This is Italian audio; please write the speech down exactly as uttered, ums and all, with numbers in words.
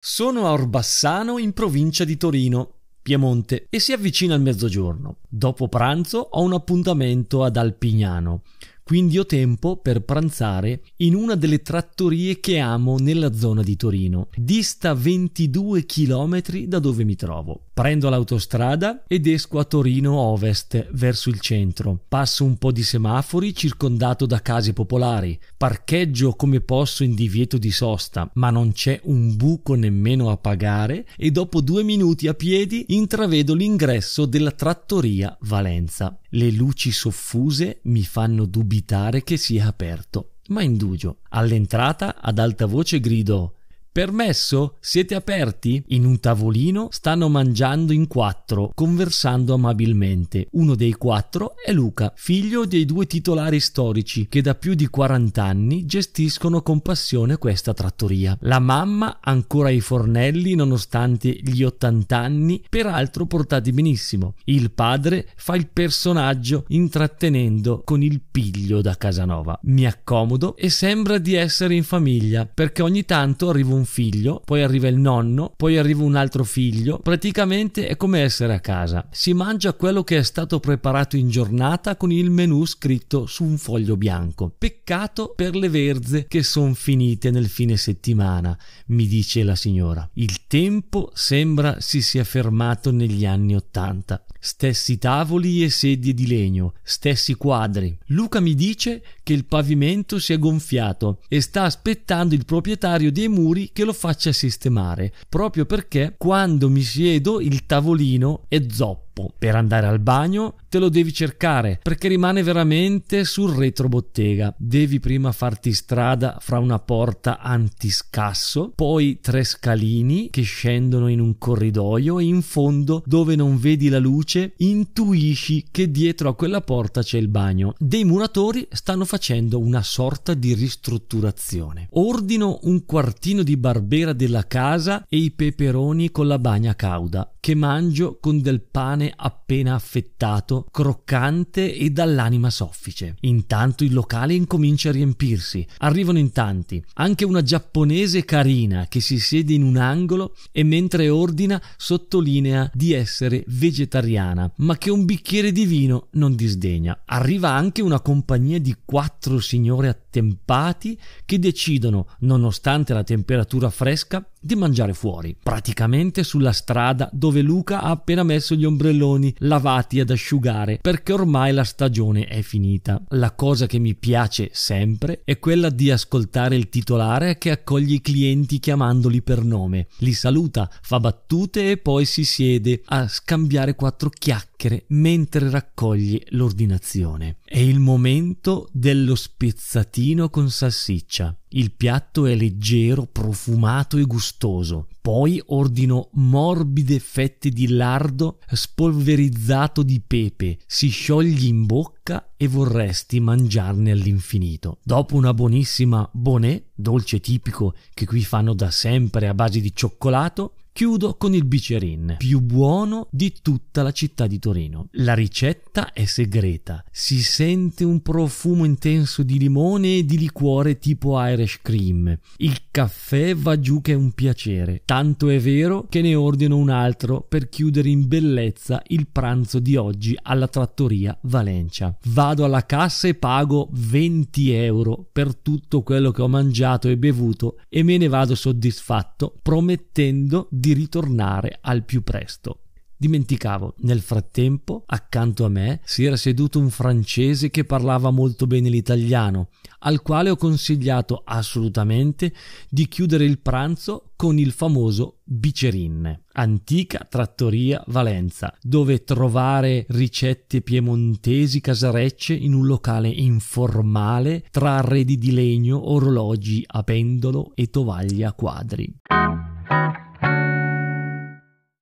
Sono a Orbassano, in provincia di Torino, Piemonte, e si avvicina il mezzogiorno. Dopo pranzo ho un appuntamento ad Alpignano, quindi ho tempo per pranzare in una delle trattorie che amo nella zona di Torino. Dista ventidue chilometri da dove mi trovo. Prendo l'autostrada ed esco a Torino Ovest verso il centro. Passo un po' di semafori circondato da case popolari. Parcheggio come posso in divieto di sosta, ma non c'è un buco nemmeno a pagare, e dopo due minuti a piedi intravedo l'ingresso della trattoria Valenza. Le luci soffuse mi fanno dubitare che sia aperto, ma indugio. All'entrata ad alta voce grido: «Permesso? Siete aperti?» In un tavolino stanno mangiando in quattro, conversando amabilmente. Uno dei quattro è Luca, figlio dei due titolari storici che da più di quaranta anni gestiscono con passione questa trattoria. La mamma ancora ai fornelli nonostante gli ottanta anni, peraltro portati benissimo. Il padre fa il personaggio intrattenendo con il piglio da Casanova. Mi accomodo e sembra di essere in famiglia, perché ogni tanto arriva un figlio, poi arriva il nonno, poi arriva un altro figlio. Praticamente è come essere a casa. Si mangia quello che è stato preparato in giornata con il menù scritto su un foglio bianco. Peccato per le verze che son finite nel fine settimana, mi dice la signora. Il tempo sembra si sia fermato negli anni ottanta. Stessi tavoli e sedie di legno, stessi quadri. Luca mi dice che il pavimento si è gonfiato e sta aspettando il proprietario dei muri che lo faccia sistemare, proprio perché quando mi siedo il tavolino è zoppo. Per andare al bagno te lo devi cercare, perché rimane veramente sul retrobottega. Devi prima farti strada fra una porta antiscasso, poi tre scalini che scendono in un corridoio, e in fondo, dove non vedi la luce, intuisci che dietro a quella porta c'è il bagno. Dei muratori stanno facendo una sorta di ristrutturazione. Ordino un quartino di Barbera della casa e i peperoni con la bagna cauda, che mangio con del pane appena affettato, croccante e dall'anima soffice. Intanto il locale incomincia a riempirsi. Arrivano in tanti. Anche una giapponese carina che si siede in un angolo e mentre ordina sottolinea di essere vegetariana, ma che un bicchiere di vino non disdegna. Arriva anche una compagnia di quattro signore attempati che decidono, nonostante la temperatura fresca, di mangiare fuori, praticamente sulla strada dove Luca ha appena messo gli ombrelloni lavati ad asciugare, perché ormai la stagione è finita. La cosa che mi piace sempre è quella di ascoltare il titolare che accoglie i clienti chiamandoli per nome, li saluta, fa battute e poi si siede a scambiare quattro chiacchiere mentre raccoglie l'ordinazione. È il momento dello spezzatino con salsiccia. Il piatto è leggero, profumato e gustoso. Poi ordino morbide fette di lardo spolverizzato di pepe. Si scioglie in bocca e vorresti mangiarne all'infinito. Dopo una buonissima bonnet, dolce tipico che qui fanno da sempre a base di cioccolato, chiudo con il bicerin, più buono di tutta la città di Torino. La ricetta è segreta. Si sente un profumo intenso di limone e di liquore tipo Irish Cream. Il caffè va giù che è un piacere. Tanto è vero che ne ordino un altro per chiudere in bellezza il pranzo di oggi alla trattoria Valenza. Vado alla cassa e pago venti euro per tutto quello che ho mangiato e bevuto e me ne vado soddisfatto, promettendo di di ritornare al più presto. Dimenticavo, nel frattempo, accanto a me si era seduto un francese che parlava molto bene l'italiano, al quale ho consigliato assolutamente di chiudere il pranzo con il famoso bicerin, antica trattoria Valenza, dove trovare ricette piemontesi casarecce in un locale informale tra arredi di legno, orologi a pendolo e tovaglie a quadri.